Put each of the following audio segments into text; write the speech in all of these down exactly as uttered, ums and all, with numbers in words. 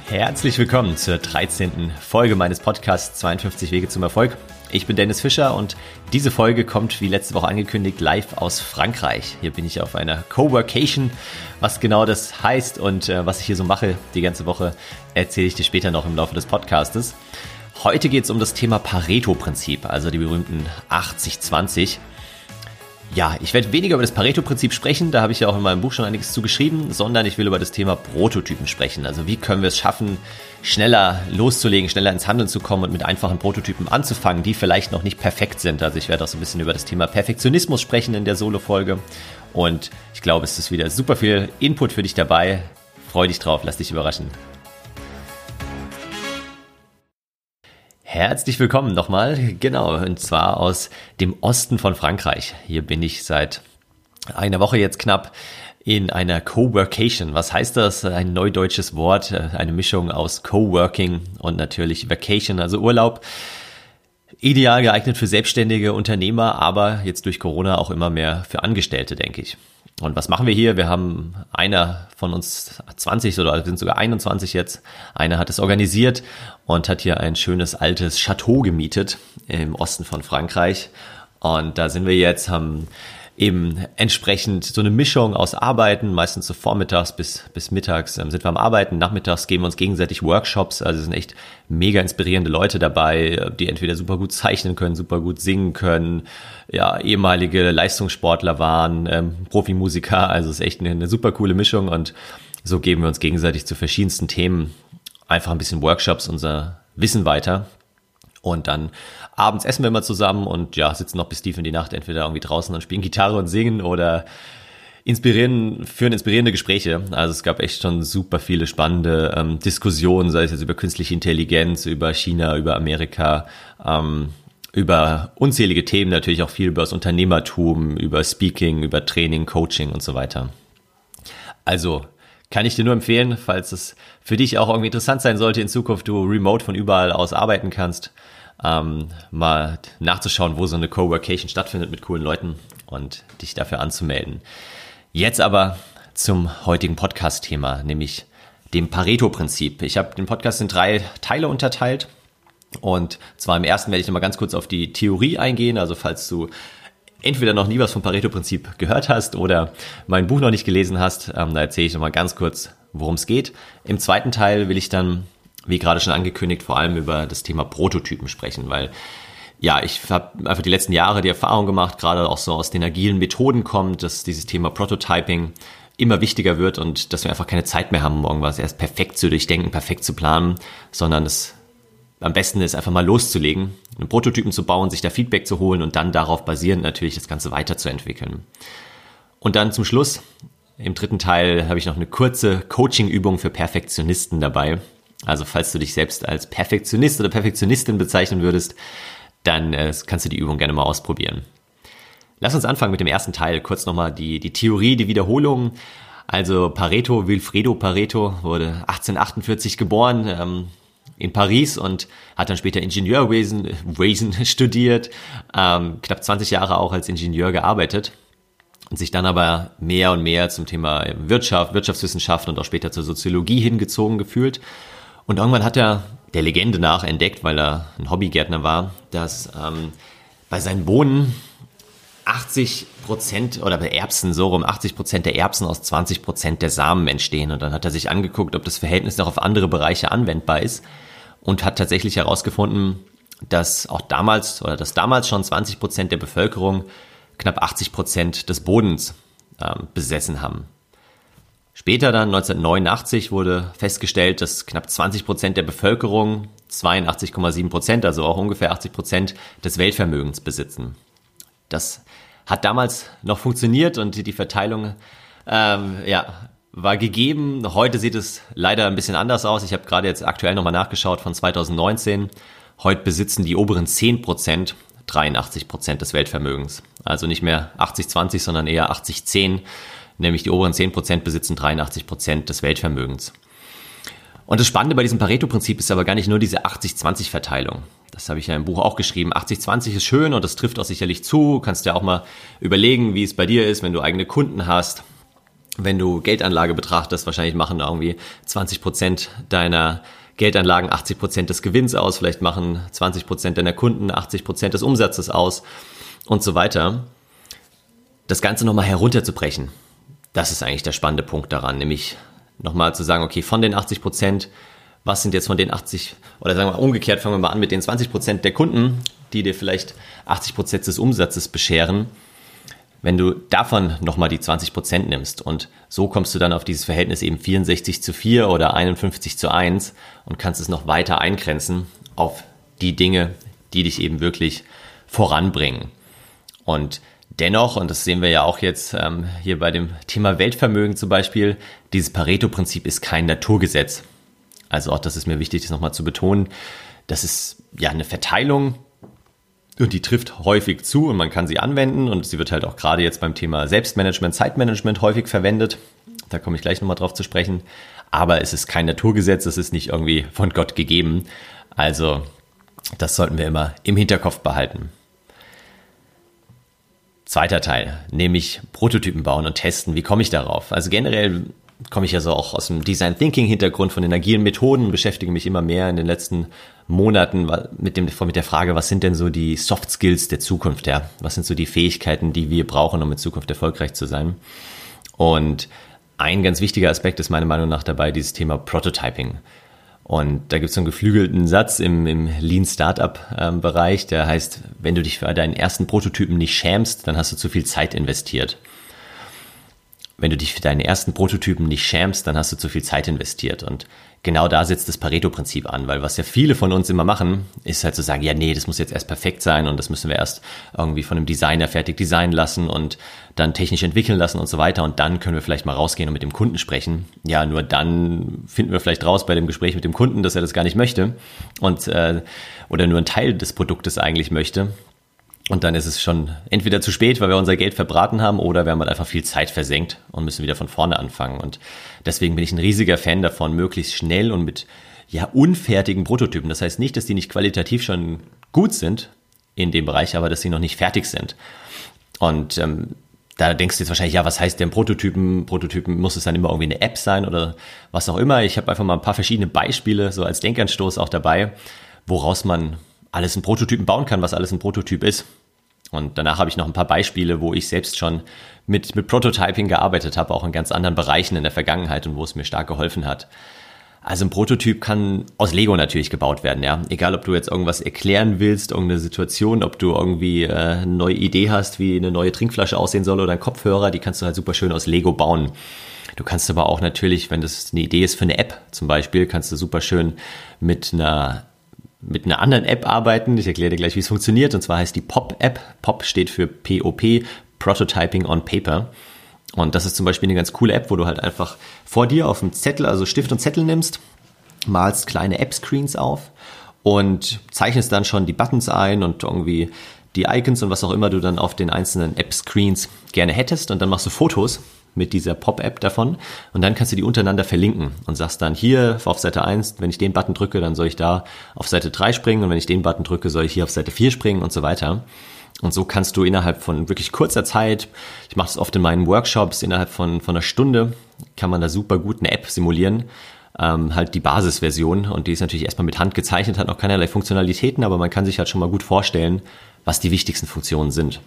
Herzlich willkommen zur dreizehnten Folge meines Podcasts zweiundfünfzig Wege zum Erfolg. Ich bin Dennis Fischer und diese Folge kommt, wie letzte Woche angekündigt, live aus Frankreich. Hier bin ich auf einer Coworkation. Was genau das heißt und äh, was ich hier so mache die ganze Woche, erzähle ich dir später noch im Laufe des Podcastes. Heute geht es um das Thema Pareto-Prinzip, also die berühmten achtzig zwanzig. Ja, ich werde weniger über das Pareto-Prinzip sprechen, da habe ich ja auch in meinem Buch schon einiges zu geschrieben, sondern ich will über das Thema Prototypen sprechen. Also wie können wir es schaffen, schneller loszulegen, schneller ins Handeln zu kommen und mit einfachen Prototypen anzufangen, die vielleicht noch nicht perfekt sind. Also ich werde auch so ein bisschen über das Thema Perfektionismus sprechen in der Solo-Folge und ich glaube, es ist wieder super viel Input für dich dabei. Freu dich drauf, lass dich überraschen. Herzlich willkommen nochmal, genau, und zwar aus dem Osten von Frankreich. Hier bin ich seit einer Woche jetzt knapp in einer Coworkation. Was heißt das? Ein neudeutsches Wort, eine Mischung aus Coworking und natürlich Vacation, also Urlaub. Ideal geeignet für selbstständige Unternehmer, aber jetzt durch Corona auch immer mehr für Angestellte, denke ich. Und was machen wir hier? Wir haben einer von uns zwanzig oder sind sogar einundzwanzig jetzt. Einer hat es organisiert und hat hier ein schönes altes Chateau gemietet im Osten von Frankreich. Und da sind wir jetzt, haben eben entsprechend so eine Mischung aus Arbeiten, meistens so vormittags bis, bis mittags ähm, sind wir am Arbeiten, nachmittags geben wir uns gegenseitig Workshops, also es sind echt mega inspirierende Leute dabei, die entweder super gut zeichnen können, super gut singen können, ja, ehemalige Leistungssportler waren, ähm, Profimusiker, also es ist echt eine, eine super coole Mischung und so geben wir uns gegenseitig zu verschiedensten Themen einfach ein bisschen Workshops, unser Wissen weiter. Und dann abends essen wir immer zusammen und ja, sitzen noch bis tief in die Nacht entweder irgendwie draußen und spielen Gitarre und singen oder inspirieren, führen inspirierende Gespräche. Also es gab echt schon super viele spannende ähm, Diskussionen, sei es jetzt über künstliche Intelligenz, über China, über Amerika, ähm, über unzählige Themen, natürlich auch viel über das Unternehmertum, über Speaking, über Training, Coaching und so weiter. Also kann ich dir nur empfehlen, falls es für dich auch irgendwie interessant sein sollte, in Zukunft du remote von überall aus arbeiten kannst, ähm, mal nachzuschauen, wo so eine Coworkation stattfindet mit coolen Leuten und dich dafür anzumelden. Jetzt aber zum heutigen Podcast-Thema, nämlich dem Pareto-Prinzip. Ich habe den Podcast in drei Teile unterteilt und zwar im ersten werde ich nochmal ganz kurz auf die Theorie eingehen, also falls du entweder noch nie was vom Pareto-Prinzip gehört hast oder mein Buch noch nicht gelesen hast, ähm, da erzähle ich nochmal ganz kurz, worum es geht. Im zweiten Teil will ich dann, wie gerade schon angekündigt, vor allem über das Thema Prototypen sprechen, weil ja, ich habe einfach die letzten Jahre die Erfahrung gemacht, gerade auch so aus den agilen Methoden kommt, dass dieses Thema Prototyping immer wichtiger wird und dass wir einfach keine Zeit mehr haben, um irgendwas erst perfekt zu durchdenken, perfekt zu planen, sondern es am besten ist, einfach mal loszulegen, einen Prototypen zu bauen, sich da Feedback zu holen und dann darauf basierend natürlich das Ganze weiterzuentwickeln. Und dann zum Schluss, im dritten Teil, habe ich noch eine kurze Coaching-Übung für Perfektionisten dabei. Also falls du dich selbst als Perfektionist oder Perfektionistin bezeichnen würdest, dann äh, kannst du die Übung gerne mal ausprobieren. Lass uns anfangen mit dem ersten Teil. Kurz nochmal die, die Theorie, die Wiederholung. Also Pareto, Vilfredo Pareto, wurde achtzehnhundertachtundvierzig geboren, ähm, in Paris und hat dann später Ingenieurwesen Wesen studiert, ähm, knapp zwanzig Jahre auch als Ingenieur gearbeitet und sich dann aber mehr und mehr zum Thema Wirtschaft, Wirtschaftswissenschaften und auch später zur Soziologie hingezogen gefühlt. Und irgendwann hat er der Legende nach entdeckt, weil er ein Hobbygärtner war, dass ähm, bei seinen Bohnen achtzig Prozent oder bei Erbsen so rum achtzig Prozent der Erbsen aus zwanzig Prozent der Samen entstehen. Und dann hat er sich angeguckt, ob das Verhältnis noch auf andere Bereiche anwendbar ist und hat tatsächlich herausgefunden, dass auch damals oder dass damals schon zwanzig Prozent der Bevölkerung knapp achtzig Prozent des Bodens ähm, besessen haben. Später dann neunzehnhundertneunundachtzig wurde festgestellt, dass knapp zwanzig Prozent der Bevölkerung zweiundachtzig Komma sieben Prozent, also auch ungefähr achtzig Prozent des Weltvermögens besitzen. Das hat damals noch funktioniert und die Verteilung ähm, ja, war gegeben. Heute sieht es leider ein bisschen anders aus. Ich habe gerade jetzt aktuell nochmal nachgeschaut von zweitausendneunzehn. Heute besitzen die oberen zehn Prozent dreiundachtzig Prozent des Weltvermögens. Also nicht mehr achtzig zwanzig, sondern eher achtzig zehn. Nämlich die oberen zehn Prozent besitzen dreiundachtzig Prozent des Weltvermögens. Und das Spannende bei diesem Pareto-Prinzip ist aber gar nicht nur diese achtzig zwanzig Verteilung. Das habe ich ja im Buch auch geschrieben. achtzig zwanzig ist schön und das trifft auch sicherlich zu. Du kannst ja auch mal überlegen, wie es bei dir ist, wenn du eigene Kunden hast. wenn du Geldanlage betrachtest, wahrscheinlich machen irgendwie zwanzig Prozent deiner Geldanlagen achtzig Prozent des Gewinns aus, vielleicht machen zwanzig Prozent deiner Kunden achtzig Prozent des Umsatzes aus und so weiter. Das Ganze nochmal herunterzubrechen, das ist eigentlich der spannende Punkt daran, nämlich nochmal zu sagen, okay, von den achtzig Prozent, was sind jetzt von den achtzig, oder sagen wir mal umgekehrt, fangen wir mal an mit den zwanzig Prozent der Kunden, die dir vielleicht achtzig Prozent des Umsatzes bescheren. Wenn du davon nochmal die zwanzig Prozent nimmst und so kommst du dann auf dieses Verhältnis eben vierundsechzig zu vier oder einundfünfzig zu eins und kannst es noch weiter eingrenzen auf die Dinge, die dich eben wirklich voranbringen. Und dennoch, und das sehen wir ja auch jetzt ähm, hier bei dem Thema Weltvermögen zum Beispiel, dieses Pareto-Prinzip ist kein Naturgesetz. Also auch das ist mir wichtig, das nochmal zu betonen. Das ist ja eine Verteilung, und die trifft häufig zu und man kann sie anwenden und sie wird halt auch gerade jetzt beim Thema Selbstmanagement, Zeitmanagement häufig verwendet. Da komme ich gleich nochmal drauf zu sprechen. Aber es ist kein Naturgesetz, es ist nicht irgendwie von Gott gegeben. Also das sollten wir immer im Hinterkopf behalten. Zweiter Teil, nämlich Prototypen bauen und testen. Wie komme ich darauf? Also generell komme ich ja so auch aus dem Design Thinking Hintergrund von den agilen Methoden, beschäftige mich immer mehr in den letzten Monaten mit dem, mit der Frage, was sind denn so die Soft Skills der Zukunft, ja? Was sind so die Fähigkeiten, die wir brauchen, um in Zukunft erfolgreich zu sein? Und ein ganz wichtiger Aspekt ist meiner Meinung nach dabei dieses Thema Prototyping. Und da gibt es so einen geflügelten Satz im, im Lean Startup ähm, Bereich, der heißt, wenn du dich für deinen ersten Prototypen nicht schämst, dann hast du zu viel Zeit investiert. Wenn du dich für deinen ersten Prototypen nicht schämst, dann hast du zu viel Zeit investiert. Und genau da setzt das Pareto-Prinzip an, weil was ja viele von uns immer machen, ist halt zu sagen, ja nee, das muss jetzt erst perfekt sein und das müssen wir erst irgendwie von einem Designer fertig designen lassen und dann technisch entwickeln lassen und so weiter. Und dann können wir vielleicht mal rausgehen und mit dem Kunden sprechen. Ja, nur dann finden wir vielleicht raus bei dem Gespräch mit dem Kunden, dass er das gar nicht möchte und äh, oder nur einen Teil des Produktes eigentlich möchte. Und dann ist es schon entweder zu spät, weil wir unser Geld verbraten haben, oder wir haben halt einfach viel Zeit versenkt und müssen wieder von vorne anfangen. Und deswegen bin ich ein riesiger Fan davon, möglichst schnell und mit ja unfertigen Prototypen. Das heißt nicht, dass die nicht qualitativ schon gut sind in dem Bereich, aber dass sie noch nicht fertig sind. Und ähm, da denkst du jetzt wahrscheinlich, ja, was heißt denn Prototypen? Prototypen, muss es dann immer irgendwie eine App sein oder was auch immer. Ich habe einfach mal ein paar verschiedene Beispiele so als Denkanstoß auch dabei, woraus man alles in Prototypen bauen kann, was alles ein Prototyp ist. Und danach habe ich noch ein paar Beispiele, wo ich selbst schon mit, mit Prototyping gearbeitet habe, auch in ganz anderen Bereichen in der Vergangenheit und wo es mir stark geholfen hat. Also ein Prototyp kann aus Lego natürlich gebaut werden, ja. Egal, ob du jetzt irgendwas erklären willst, irgendeine Situation, ob du irgendwie äh, eine neue Idee hast, wie eine neue Trinkflasche aussehen soll oder ein Kopfhörer, die kannst du halt super schön aus Lego bauen. Du kannst aber auch natürlich, wenn das eine Idee ist für eine App zum Beispiel, kannst du super schön mit einer mit einer anderen App arbeiten. Ich erkläre dir gleich, wie es funktioniert. Und zwar heißt die Pop-App. Pop steht für P O P, Prototyping on Paper. Und das ist zum Beispiel eine ganz coole App, wo du halt einfach vor dir auf dem Zettel, also Stift und Zettel nimmst, malst kleine App-Screens auf und zeichnest dann schon die Buttons ein und irgendwie die Icons und was auch immer du dann auf den einzelnen App-Screens gerne hättest. Und dann machst du Fotos mit dieser Pop-App davon und dann kannst du die untereinander verlinken und sagst dann hier auf Seite eins, wenn ich den Button drücke, dann soll ich da auf Seite drei springen und wenn ich den Button drücke, soll ich hier auf Seite vier springen und so weiter. Und so kannst du innerhalb von wirklich kurzer Zeit, ich mache das oft in meinen Workshops, innerhalb von, von einer Stunde kann man da super gut eine App simulieren, ähm, halt die Basisversion, und die ist natürlich erstmal mit Hand gezeichnet, hat noch keinerlei Funktionalitäten, aber man kann sich halt schon mal gut vorstellen, was die wichtigsten Funktionen sind.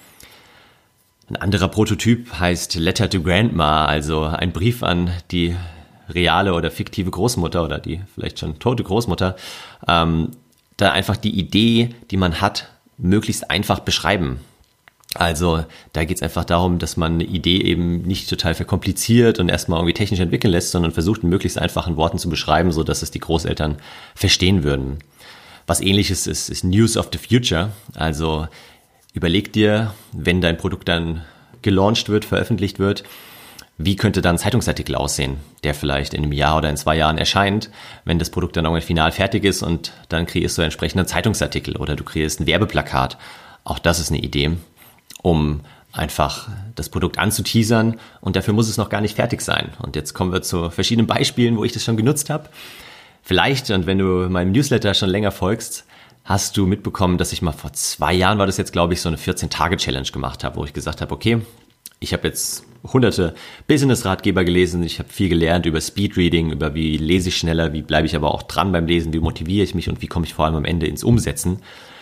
Ein anderer Prototyp heißt Letter to Grandma, also ein Brief an die reale oder fiktive Großmutter oder die vielleicht schon tote Großmutter. Ähm, da einfach die Idee, die man hat, möglichst einfach beschreiben. Also da geht es einfach darum, dass man eine Idee eben nicht total verkompliziert und erstmal irgendwie technisch entwickeln lässt, sondern versucht, in möglichst einfachen Worten zu beschreiben, sodass es die Großeltern verstehen würden. Was ähnliches ist, ist News of the Future, also überleg dir, wenn dein Produkt dann gelauncht wird, veröffentlicht wird, wie könnte dann ein Zeitungsartikel aussehen, der vielleicht in einem Jahr oder in zwei Jahren erscheint, wenn das Produkt dann irgendwann final fertig ist, und dann kreierst du entsprechend einen Zeitungsartikel oder du kreierst ein Werbeplakat. Auch das ist eine Idee, um einfach das Produkt anzuteasern, und dafür muss es noch gar nicht fertig sein. Und jetzt kommen wir zu verschiedenen Beispielen, wo ich das schon genutzt habe. Vielleicht, und wenn du meinem Newsletter schon länger folgst, hast du mitbekommen, dass ich mal vor zwei Jahren, war das jetzt, glaube ich, so eine vierzehn Tage Challenge gemacht habe, wo ich gesagt habe, okay, ich habe jetzt hunderte Business-Ratgeber gelesen, ich habe viel gelernt über Speedreading, über wie lese ich schneller, wie bleibe ich aber auch dran beim Lesen, wie motiviere ich mich und wie komme ich vor allem am Ende ins Umsetzen.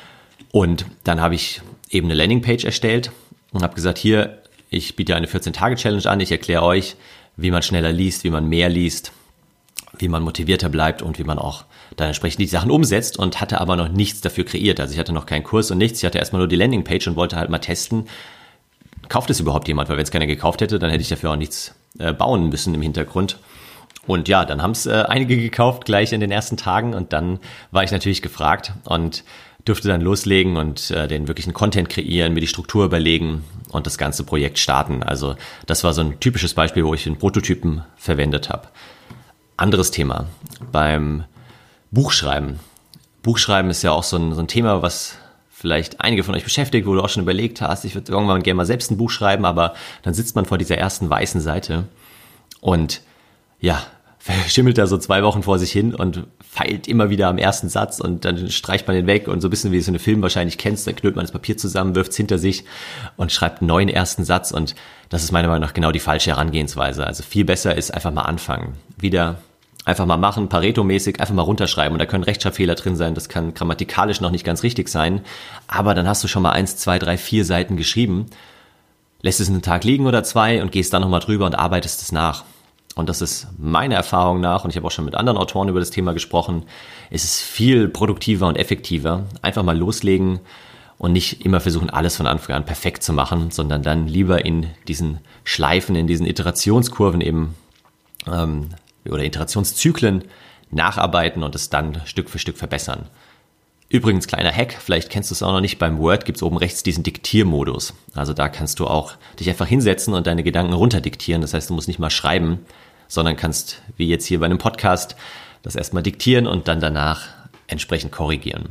Und dann habe ich eben eine Landingpage erstellt und habe gesagt, hier, ich biete eine vierzehn-Tage-Challenge an, ich erkläre euch, wie man schneller liest, wie man mehr liest, wie man motivierter bleibt und wie man auch dann entsprechend die Sachen umsetzt, und hatte aber noch nichts dafür kreiert. Also ich hatte noch keinen Kurs und nichts, ich hatte erstmal nur die Landingpage und wollte halt mal testen, kauft es überhaupt jemand, weil wenn es keiner gekauft hätte, dann hätte ich dafür auch nichts äh, bauen müssen im Hintergrund. Und ja, dann haben es äh, einige gekauft gleich in den ersten Tagen, und dann war ich natürlich gefragt und durfte dann loslegen und äh, den wirklichen Content kreieren, mir die Struktur überlegen und das ganze Projekt starten. Also das war so ein typisches Beispiel, wo ich den Prototypen verwendet habe. Anderes Thema, beim Buchschreiben. Buchschreiben ist ja auch so ein, so ein Thema, was vielleicht einige von euch beschäftigt, wo du auch schon überlegt hast, ich würde irgendwann gerne mal selbst ein Buch schreiben, aber dann sitzt man vor dieser ersten weißen Seite und ja, schimmelt da so zwei Wochen vor sich hin und feilt immer wieder am ersten Satz, und dann streicht man den weg, und so ein bisschen wie du so einen Film wahrscheinlich kennst, dann knüllt man das Papier zusammen, wirft es hinter sich und schreibt einen neuen ersten Satz, und das ist meiner Meinung nach genau die falsche Herangehensweise. Also viel besser ist einfach mal anfangen, wieder einfach mal machen, Pareto-mäßig, einfach mal runterschreiben, und da können Rechtschreibfehler drin sein, das kann grammatikalisch noch nicht ganz richtig sein, aber dann hast du schon mal eins, zwei, drei, vier Seiten geschrieben, lässt es einen Tag liegen oder zwei und gehst dann nochmal drüber und arbeitest es nach. Und das ist meiner Erfahrung nach, und ich habe auch schon mit anderen Autoren über das Thema gesprochen, ist es viel produktiver und effektiver. Einfach mal loslegen und nicht immer versuchen, alles von Anfang an perfekt zu machen, sondern dann lieber in diesen Schleifen, in diesen Iterationskurven eben ähm, oder Iterationszyklen nacharbeiten und es dann Stück für Stück verbessern. Übrigens, kleiner Hack, vielleicht kennst du es auch noch nicht, beim Word gibt es oben rechts diesen Diktiermodus. Also da kannst du auch dich einfach hinsetzen und deine Gedanken runterdiktieren. Das heißt, du musst nicht mal schreiben, sondern kannst, wie jetzt hier bei einem Podcast, das erstmal diktieren und dann danach entsprechend korrigieren.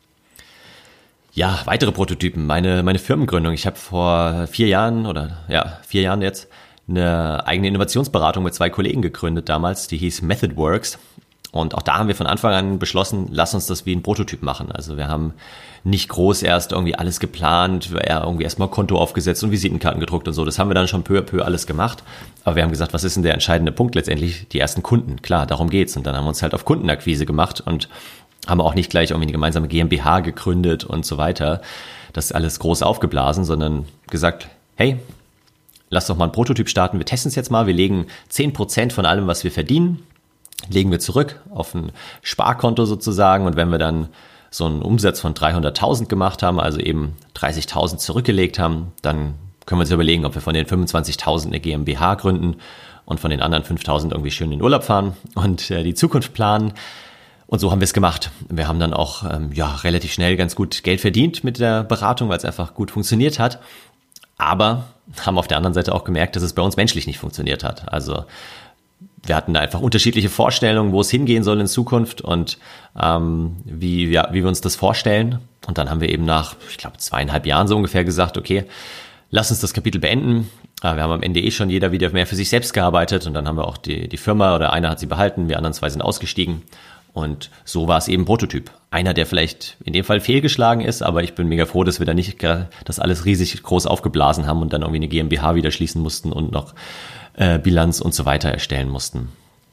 Ja, weitere Prototypen. Meine, meine Firmengründung. Ich habe vor vier Jahren oder ja, vier Jahren jetzt eine eigene Innovationsberatung mit zwei Kollegen gegründet damals. Die hieß MethodWorks. Und auch da haben wir von Anfang an beschlossen, lass uns das wie ein Prototyp machen. Also wir haben nicht groß erst irgendwie alles geplant, eher irgendwie erstmal Konto aufgesetzt und Visitenkarten gedruckt und so. Das haben wir dann schon peu à peu alles gemacht. Aber wir haben gesagt, was ist denn der entscheidende Punkt letztendlich? Die ersten Kunden. Klar, darum geht's. Und dann haben wir uns halt auf Kundenakquise gemacht und haben auch nicht gleich irgendwie eine gemeinsame GmbH gegründet und so weiter. Das ist alles groß aufgeblasen, sondern gesagt, hey, lass doch mal einen Prototyp starten. Wir testen es jetzt mal. Wir legen zehn Prozent von allem, was wir verdienen, legen wir zurück auf ein Sparkonto sozusagen, und wenn wir dann so einen Umsatz von dreihunderttausend gemacht haben, also eben dreißigtausend zurückgelegt haben, dann können wir uns überlegen, ob wir von den fünfundzwanzigtausend eine GmbH gründen und von den anderen fünftausend irgendwie schön in den Urlaub fahren und äh, die Zukunft planen. Und so haben wir es gemacht. Wir haben dann auch ähm, ja relativ schnell ganz gut Geld verdient mit der Beratung, weil es einfach gut funktioniert hat. Aber haben auf der anderen Seite auch gemerkt, dass es bei uns menschlich nicht funktioniert hat. Also wir hatten da einfach unterschiedliche Vorstellungen, wo es hingehen soll in Zukunft und ähm, wie, ja, wie wir uns das vorstellen. Und dann haben wir eben nach, ich glaube, zweieinhalb Jahren so ungefähr gesagt, okay, lass uns das Kapitel beenden. Äh, wir haben am Ende eh schon jeder wieder mehr für sich selbst gearbeitet, und dann haben wir auch die, die Firma, oder einer hat sie behalten, wir anderen zwei sind ausgestiegen. Und so war es eben Prototyp. Einer, der vielleicht in dem Fall fehlgeschlagen ist, aber ich bin mega froh, dass wir da nicht das alles riesig groß aufgeblasen haben und dann irgendwie eine GmbH wieder schließen mussten und noch äh, Bilanz und so weiter erstellen mussten.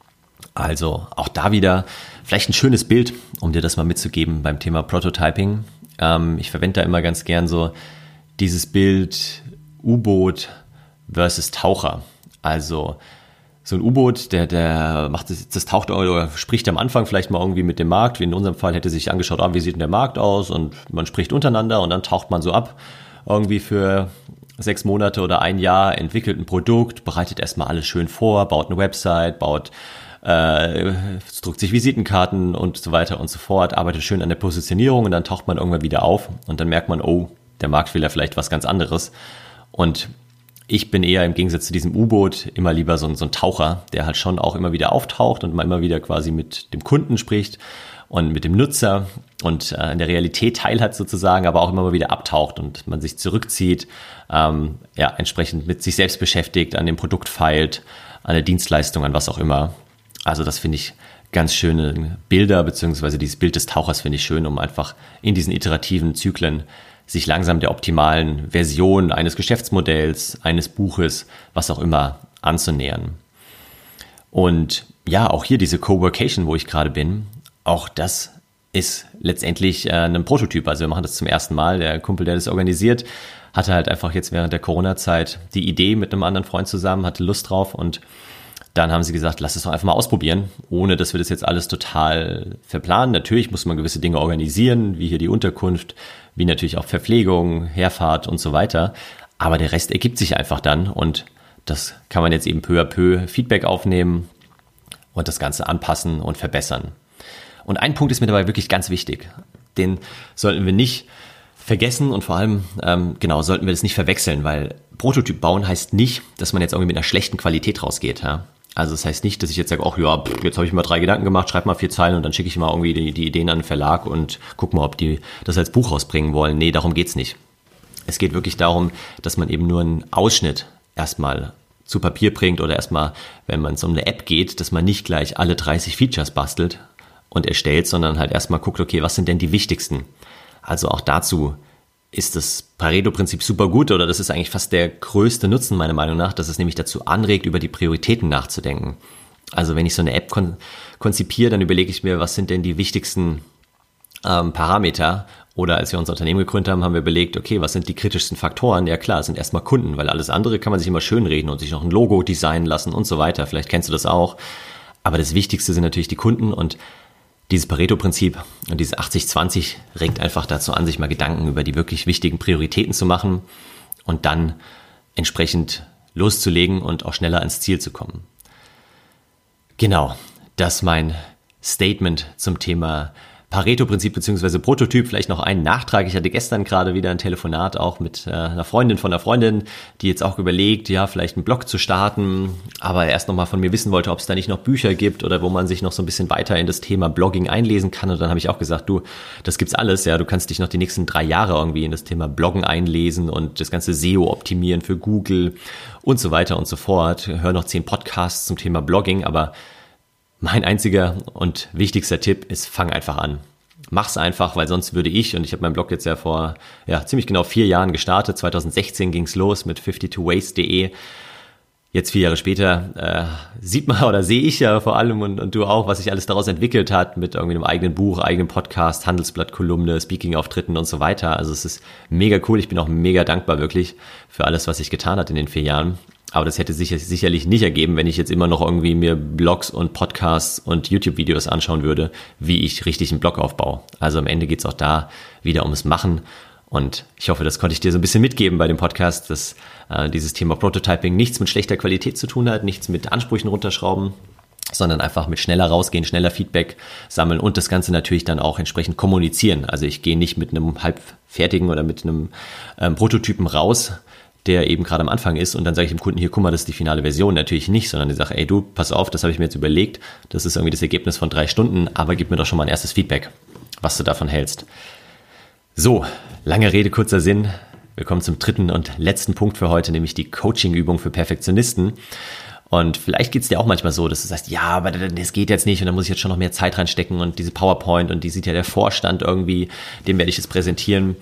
Also auch da wieder vielleicht ein schönes Bild, um dir das mal mitzugeben beim Thema Prototyping. Ähm, ich verwende da immer ganz gern so dieses Bild U-Boot versus Taucher. Also so ein U-Boot, der, der macht das, das taucht oder spricht am Anfang vielleicht mal irgendwie mit dem Markt, wie in unserem Fall hätte sich angeschaut, ah, wie sieht denn der Markt aus, und man spricht untereinander und dann taucht man so ab, irgendwie für sechs Monate oder ein Jahr, entwickelt ein Produkt, bereitet erstmal alles schön vor, baut eine Website, baut, äh, druckt sich Visitenkarten und so weiter und so fort, arbeitet schön an der Positionierung, und dann taucht man irgendwann wieder auf und dann merkt man, oh, der Markt will ja vielleicht was ganz anderes. Und ich bin eher im Gegensatz zu diesem U-Boot immer lieber so ein, so ein Taucher, der halt schon auch immer wieder auftaucht und mal immer wieder quasi mit dem Kunden spricht und mit dem Nutzer und äh, in der Realität teilhat sozusagen, aber auch immer mal wieder abtaucht und man sich zurückzieht, ähm, ja, entsprechend mit sich selbst beschäftigt, an dem Produkt feilt, an der Dienstleistung, an was auch immer. Also das finde ich ganz schöne Bilder, beziehungsweise dieses Bild des Tauchers finde ich schön, um einfach in diesen iterativen Zyklen sich langsam der optimalen Version eines Geschäftsmodells, eines Buches, was auch immer, anzunähern. Und ja, auch hier diese Coworkation, wo ich gerade bin, auch das ist letztendlich äh, ein Prototyp. Also wir machen das zum ersten Mal. Der Kumpel, der das organisiert, hatte halt einfach jetzt während der Corona-Zeit die Idee mit einem anderen Freund zusammen, hatte Lust drauf und dann haben sie gesagt, lass es doch einfach mal ausprobieren, ohne dass wir das jetzt alles total verplanen. Natürlich muss man gewisse Dinge organisieren, wie hier die Unterkunft, wie natürlich auch Verpflegung, Herfahrt und so weiter. Aber der Rest ergibt sich einfach dann und das kann man jetzt eben peu à peu Feedback aufnehmen und das Ganze anpassen und verbessern. Und ein Punkt ist mir dabei wirklich ganz wichtig. Den sollten wir nicht vergessen und vor allem, ähm, genau, sollten wir das nicht verwechseln, weil Prototyp bauen heißt nicht, dass man jetzt irgendwie mit einer schlechten Qualität rausgeht, ja. Also das heißt nicht, dass ich jetzt sage, ach ja, pff, jetzt habe ich mal drei Gedanken gemacht, schreibe mal vier Zeilen und dann schicke ich mal irgendwie die, die Ideen an den Verlag und guck mal, ob die das als Buch rausbringen wollen. Nee, darum geht's nicht. Es geht wirklich darum, dass man eben nur einen Ausschnitt erstmal zu Papier bringt oder erstmal, wenn man es um eine App geht, dass man nicht gleich alle dreißig Features bastelt und erstellt, sondern halt erstmal guckt, okay, was sind denn die wichtigsten? Also auch dazu ist das Pareto-Prinzip super gut oder das ist eigentlich fast der größte Nutzen meiner Meinung nach, dass es nämlich dazu anregt, über die Prioritäten nachzudenken. Also wenn ich so eine App kon- konzipiere, dann überlege ich mir, was sind denn die wichtigsten ähm, Parameter? Oder als wir unser Unternehmen gegründet haben, haben wir überlegt, okay, was sind die kritischsten Faktoren? Ja klar, es sind erstmal Kunden, weil alles andere kann man sich immer schönreden und sich noch ein Logo designen lassen und so weiter. Vielleicht kennst du das auch. Aber das Wichtigste sind natürlich die Kunden und dieses Pareto-Prinzip und dieses achtzig zwanzig regt einfach dazu an, sich mal Gedanken über die wirklich wichtigen Prioritäten zu machen und dann entsprechend loszulegen und auch schneller ans Ziel zu kommen. Genau, das ist mein Statement zum Thema Pareto-Prinzip bzw. Prototyp. Vielleicht noch einen Nachtrag. Ich hatte gestern gerade wieder ein Telefonat auch mit äh, einer Freundin von einer Freundin, die jetzt auch überlegt, ja, vielleicht einen Blog zu starten, aber erst nochmal von mir wissen wollte, ob es da nicht noch Bücher gibt oder wo man sich noch so ein bisschen weiter in das Thema Blogging einlesen kann. Und dann habe ich auch gesagt, du, das gibt's alles, ja, du kannst dich noch die nächsten drei Jahre irgendwie in das Thema Bloggen einlesen und das ganze S E O optimieren für Google und so weiter und so fort. Hör noch zehn Podcasts zum Thema Blogging, aber mein einziger und wichtigster Tipp ist, fang einfach an. Mach's einfach, weil sonst würde ich, und ich habe meinen Blog jetzt ja vor ja ziemlich genau vier Jahren gestartet, zwanzig sechzehn ging's los mit zweiundfünfzig ways punkt de. Jetzt vier Jahre später äh, sieht man oder sehe ich ja vor allem und, und du auch, was sich alles daraus entwickelt hat mit irgendwie einem eigenen Buch, eigenen Podcast, Handelsblatt-Kolumne, Speaking-Auftritten und so weiter. Also es ist mega cool. Ich bin auch mega dankbar wirklich für alles, was sich getan hat in den vier Jahren. Aber das hätte sich sicherlich nicht ergeben, wenn ich jetzt immer noch irgendwie mir Blogs und Podcasts und YouTube-Videos anschauen würde, wie ich richtig einen Blog aufbaue. Also am Ende geht's auch da wieder ums Machen. Und ich hoffe, das konnte ich dir so ein bisschen mitgeben bei dem Podcast, dass äh, dieses Thema Prototyping nichts mit schlechter Qualität zu tun hat, nichts mit Ansprüchen runterschrauben, sondern einfach mit schneller rausgehen, schneller Feedback sammeln und das Ganze natürlich dann auch entsprechend kommunizieren. Also ich gehe nicht mit einem halbfertigen oder mit einem ähm, Prototypen raus, der eben gerade am Anfang ist und dann sage ich dem Kunden, hier, guck mal, das ist die finale Version. Natürlich nicht, sondern ich sage, ey du, pass auf, das habe ich mir jetzt überlegt, das ist irgendwie das Ergebnis von drei Stunden, aber gib mir doch schon mal ein erstes Feedback, was du davon hältst. So, lange Rede, kurzer Sinn. Wir kommen zum dritten und letzten Punkt für heute, nämlich die Coaching-Übung für Perfektionisten. Und vielleicht geht's dir auch manchmal so, dass du sagst, ja, aber das geht jetzt nicht und da muss ich jetzt schon noch mehr Zeit reinstecken und diese PowerPoint und die sieht ja der Vorstand irgendwie, dem werde ich es präsentieren.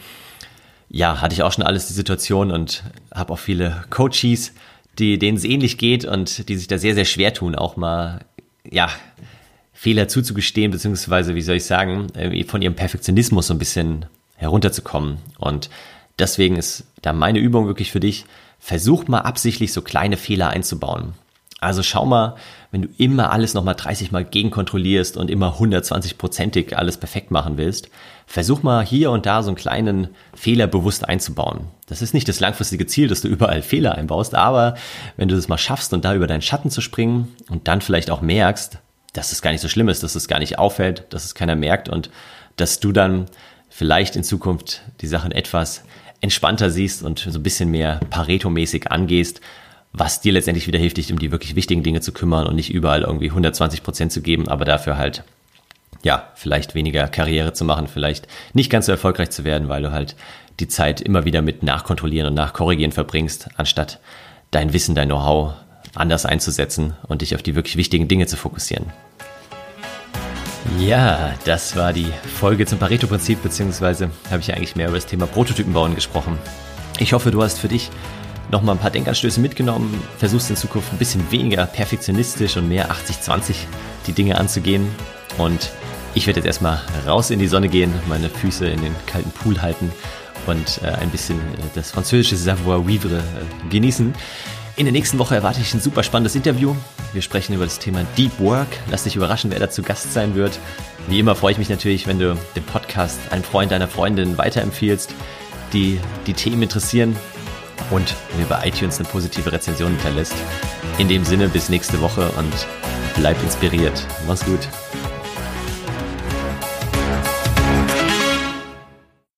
Ja, hatte ich auch schon alles die Situation und habe auch viele Coaches, die, denen es ähnlich geht und die sich da sehr, sehr schwer tun, auch mal, ja, Fehler zuzugestehen, beziehungsweise, wie soll ich sagen, von ihrem Perfektionismus so ein bisschen herunterzukommen. Und deswegen ist da meine Übung wirklich für dich, versuch mal absichtlich so kleine Fehler einzubauen. Also schau mal, wenn du immer alles nochmal dreißig Mal gegenkontrollierst und immer hundertzwanzig-prozentig alles perfekt machen willst, versuch mal hier und da so einen kleinen Fehler bewusst einzubauen. Das ist nicht das langfristige Ziel, dass du überall Fehler einbaust, aber wenn du das mal schaffst und da über deinen Schatten zu springen und dann vielleicht auch merkst, dass es gar nicht so schlimm ist, dass es gar nicht auffällt, dass es keiner merkt und dass du dann vielleicht in Zukunft die Sachen etwas entspannter siehst und so ein bisschen mehr Pareto-mäßig angehst, was dir letztendlich wieder hilft, dich um die wirklich wichtigen Dinge zu kümmern und nicht überall irgendwie hundertzwanzig Prozent zu geben, aber dafür halt, ja, vielleicht weniger Karriere zu machen, vielleicht nicht ganz so erfolgreich zu werden, weil du halt die Zeit immer wieder mit Nachkontrollieren und Nachkorrigieren verbringst, anstatt dein Wissen, dein Know-how anders einzusetzen und dich auf die wirklich wichtigen Dinge zu fokussieren. Ja, das war die Folge zum Pareto-Prinzip, beziehungsweise habe ich ja eigentlich mehr über das Thema Prototypen bauen gesprochen. Ich hoffe, du hast für dich nochmal ein paar Denkanstöße mitgenommen, versuchst in Zukunft ein bisschen weniger perfektionistisch und mehr achtzig zwanzig die Dinge anzugehen. Und ich werde jetzt erstmal raus in die Sonne gehen, meine Füße in den kalten Pool halten und äh, ein bisschen äh, das französische Savoir-vivre äh, genießen. In der nächsten Woche erwarte ich ein super spannendes Interview. Wir sprechen über das Thema Deep Work. Lass dich überraschen, wer da zu Gast sein wird. Wie immer freue ich mich natürlich, wenn du den Podcast einem Freund, einer Freundin weiterempfiehlst, die die Themen interessieren und mir bei iTunes eine positive Rezension hinterlässt. In dem Sinne, bis nächste Woche und bleib inspiriert. Mach's gut.